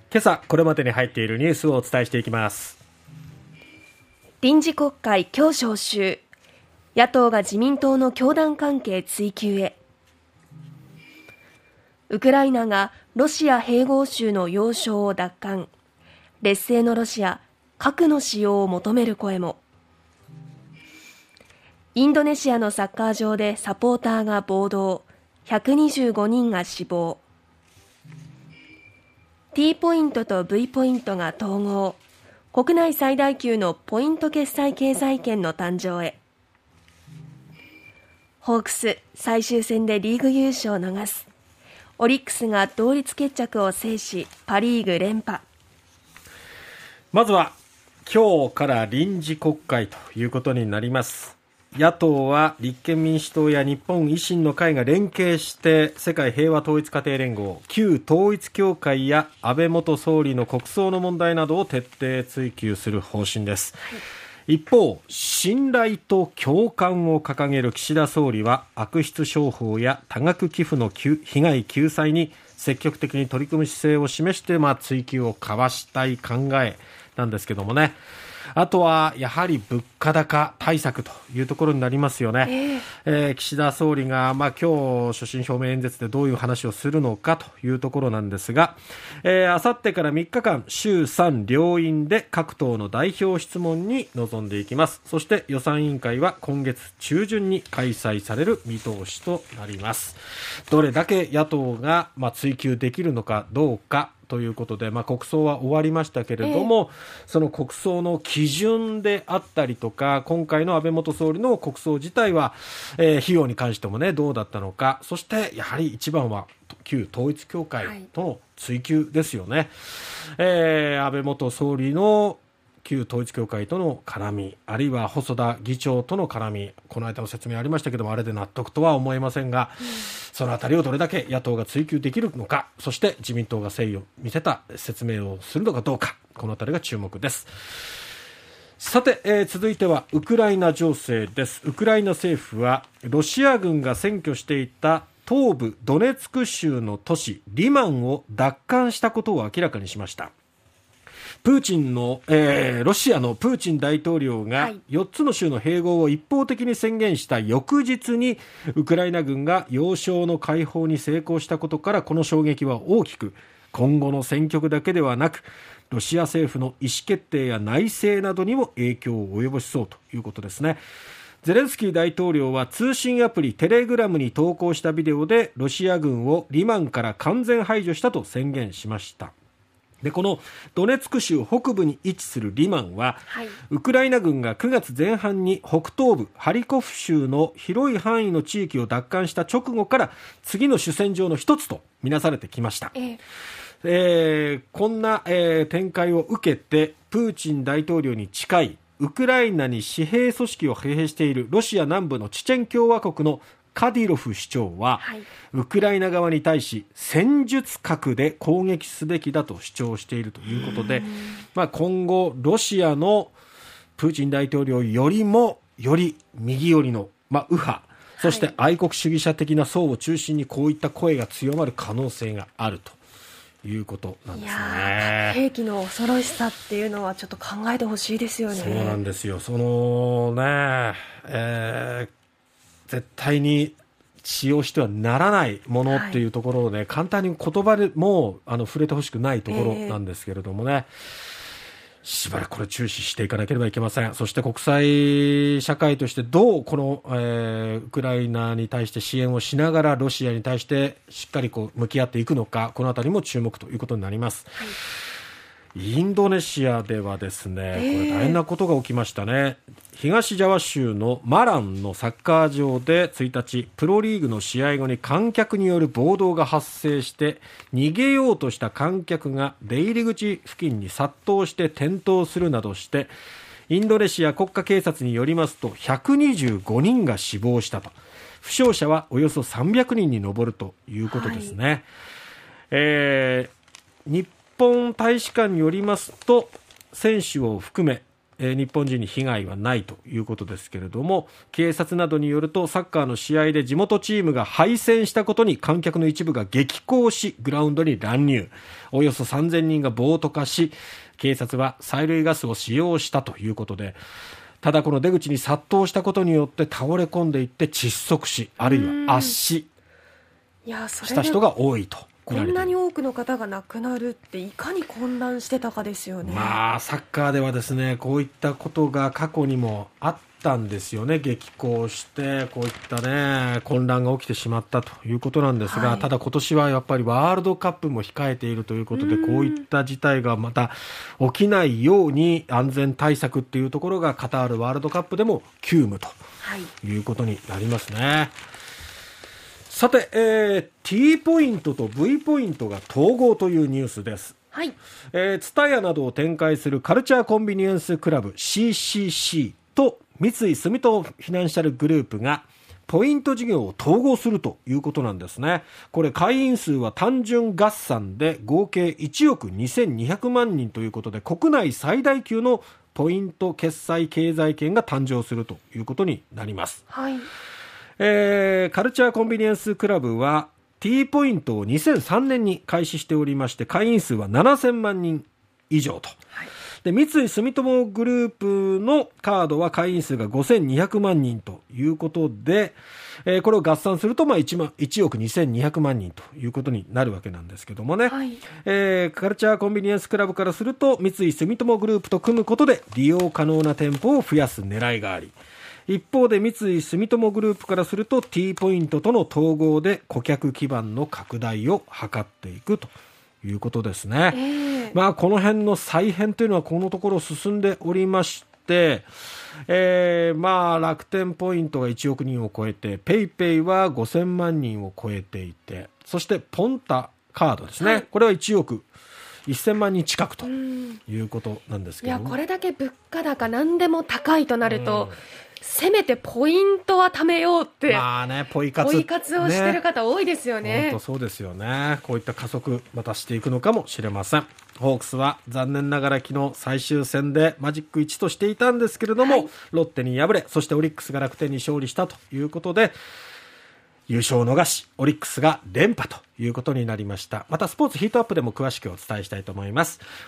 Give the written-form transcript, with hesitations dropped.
今朝これまでに入っているニュースをお伝えしていきます。 臨時国会今日召集、野党が自民党の教団関係追及へ。ウクライナがロシア併合州の要衝を奪還、劣勢のロシア、核の使用を求める声も。インドネシアのサッカー場でサポーターが暴動、125人が死亡。T ポイントと V ポイントが統合、国内最大級のポイント決済経済圏の誕生へ。ホークス最終戦でリーグ優勝を逃す、オリックスが同率決着を制しパリーグ連覇。 まずは今日から臨時国会ということになります。野党は立憲民主党や日本維新の会が連携して世界平和統一家庭連合、旧統一教会や安倍元総理の国葬の問題などを徹底追及する方針です。一方、信頼と共感を掲げる岸田総理は悪質商法や多額寄付の被害救済に積極的に取り組む姿勢を示して、追及を交わしたい考えなんですけどもね。あとはやはり物価高対策というところになりますよね。岸田総理が、今日所信表明演説でどういう話をするのかというところなんですが、あさってから3日間衆参両院で各党の代表質問に臨んでいきます。そして予算委員会は今月中旬に開催される見通しとなります。どれだけ野党が追及できるのかどうかということで、国葬は終わりましたけれども、その国葬の基準であったりとか、今回の安倍元総理の国葬自体は、費用に関してもね、どうだったのか、そしてやはり一番は旧統一教会との追及ですよね。安倍元総理の旧統一教会との絡み、あるいは細田議長との絡み、この間の説明ありましたけども、あれで納得とは思えませんが、そのあたりをどれだけ野党が追及できるのか、そして自民党が誠意を見せた説明をするのかどうか、このあたりが注目です。さて、続いてはウクライナ情勢です。ウクライナ政府はロシア軍が占拠していた東部ドネツク州の都市リマンを奪還したことを明らかにしました。ロシアのプーチン大統領が4つの州の併合を一方的に宣言した翌日にウクライナ軍が要衝の解放に成功したことから、この衝撃は大きく、今後の戦局だけではなくロシア政府の意思決定や内政などにも影響を及ぼしそうということですね。ゼレンスキー大統領は通信アプリテレグラムに投稿したビデオでロシア軍をリマンから完全排除したと宣言しました。で、このドネツク州北部に位置するリマンは、ウクライナ軍が9月前半に北東部ハリコフ州の広い範囲の地域を奪還した直後から次の主戦場の一つとみなされてきました。こんな、展開を受けてプーチン大統領に近いウクライナに私兵組織を派兵しているロシア南部のチェチェン共和国のカディロフ首長は、ウクライナ側に対し戦術核で攻撃すべきだと主張しているということで、今後ロシアのプーチン大統領よりもより右寄りの、右派、そして愛国主義者的な層を中心にこういった声が強まる可能性があるということなんですね。 兵器の恐ろしさっていうのはちょっと考えてほしいですよね。 そうなんですよ。絶対に使用してはならないものっていうところをね、簡単に言葉でも触れてほしくないところなんですけれどもね、しばらくこれ注視していかなければいけません。そして国際社会としてどうこの、ウクライナに対して支援をしながらロシアに対してしっかり向き合っていくのか、このあたりも注目ということになります。インドネシアではですね、これ大変なことが起きましたね。東ジャワ州のマランのサッカー場で1日、プロリーグの試合後に観客による暴動が発生して、逃げようとした観客が出入り口付近に殺到して転倒するなどして、インドネシア国家警察によりますと125人が死亡したと、負傷者はおよそ300人に上るということですね。日本大使館によりますと、選手を含め、 日本人に被害はないということですけれども、警察などによるとサッカーの試合で地元チームが敗戦したことに観客の一部が激高しグラウンドに乱入、およそ3000人が暴徒化し、警察は催涙ガスを使用したということで、ただこの出口に殺到したことによって倒れ込んでいって窒息死、あるいは圧死した人が多いと。 こんなに多くの方が亡くなるっていかに混乱してたかですよね。 サッカーではですね、こういったことが過去にもあったんですよね。激高してこういったね混乱が起きてしまったということなんですが、ただ今年はやっぱりワールドカップも控えているということで、こういった事態がまた起きないように安全対策っていうところがカタールワールドカップでも急務ということになりますね。さて、T ポイントと V ポイントが統合というニュースです。TSUTAYA などを展開するカルチャーコンビニエンスクラブ CCC と三井住友フィナンシャルグループがポイント事業を統合するということなんですね。これ会員数は単純合算で合計1億2200万人ということで、国内最大級のポイント決済経済圏が誕生するということになります。カルチャーコンビニエンスクラブは T ポイントを2003年に開始しておりまして、会員数は7000万人以上と、で三井住友グループのカードは会員数が5200万人ということで、これを合算すると1億2200万人ということになるわけなんですけどもね、カルチャーコンビニエンスクラブからすると三井住友グループと組むことで利用可能な店舗を増やす狙いがあり、一方で三井住友グループからすると T ポイントとの統合で顧客基盤の拡大を図っていくということですね。この辺の再編というのはこのところ進んでおりまして、楽天ポイントが1億人を超えて、ペイペイは5000万人を超えていて、そしてポンタカードですね、これは1億1000万人近くということなんですけども、 これだけ物価高何でも高いとなると、せめてポイントは貯めようってポイ活をしてる方多いですよね。 本当そうですよね。こういった加速またしていくのかもしれません。ホークスは残念ながら昨日最終戦でマジック1としていたんですけれども、ロッテに敗れ、そしてオリックスが楽天に勝利したということで優勝を逃し、オリックスが連覇ということになりました。またスポーツヒートアップでも詳しくお伝えしたいと思います。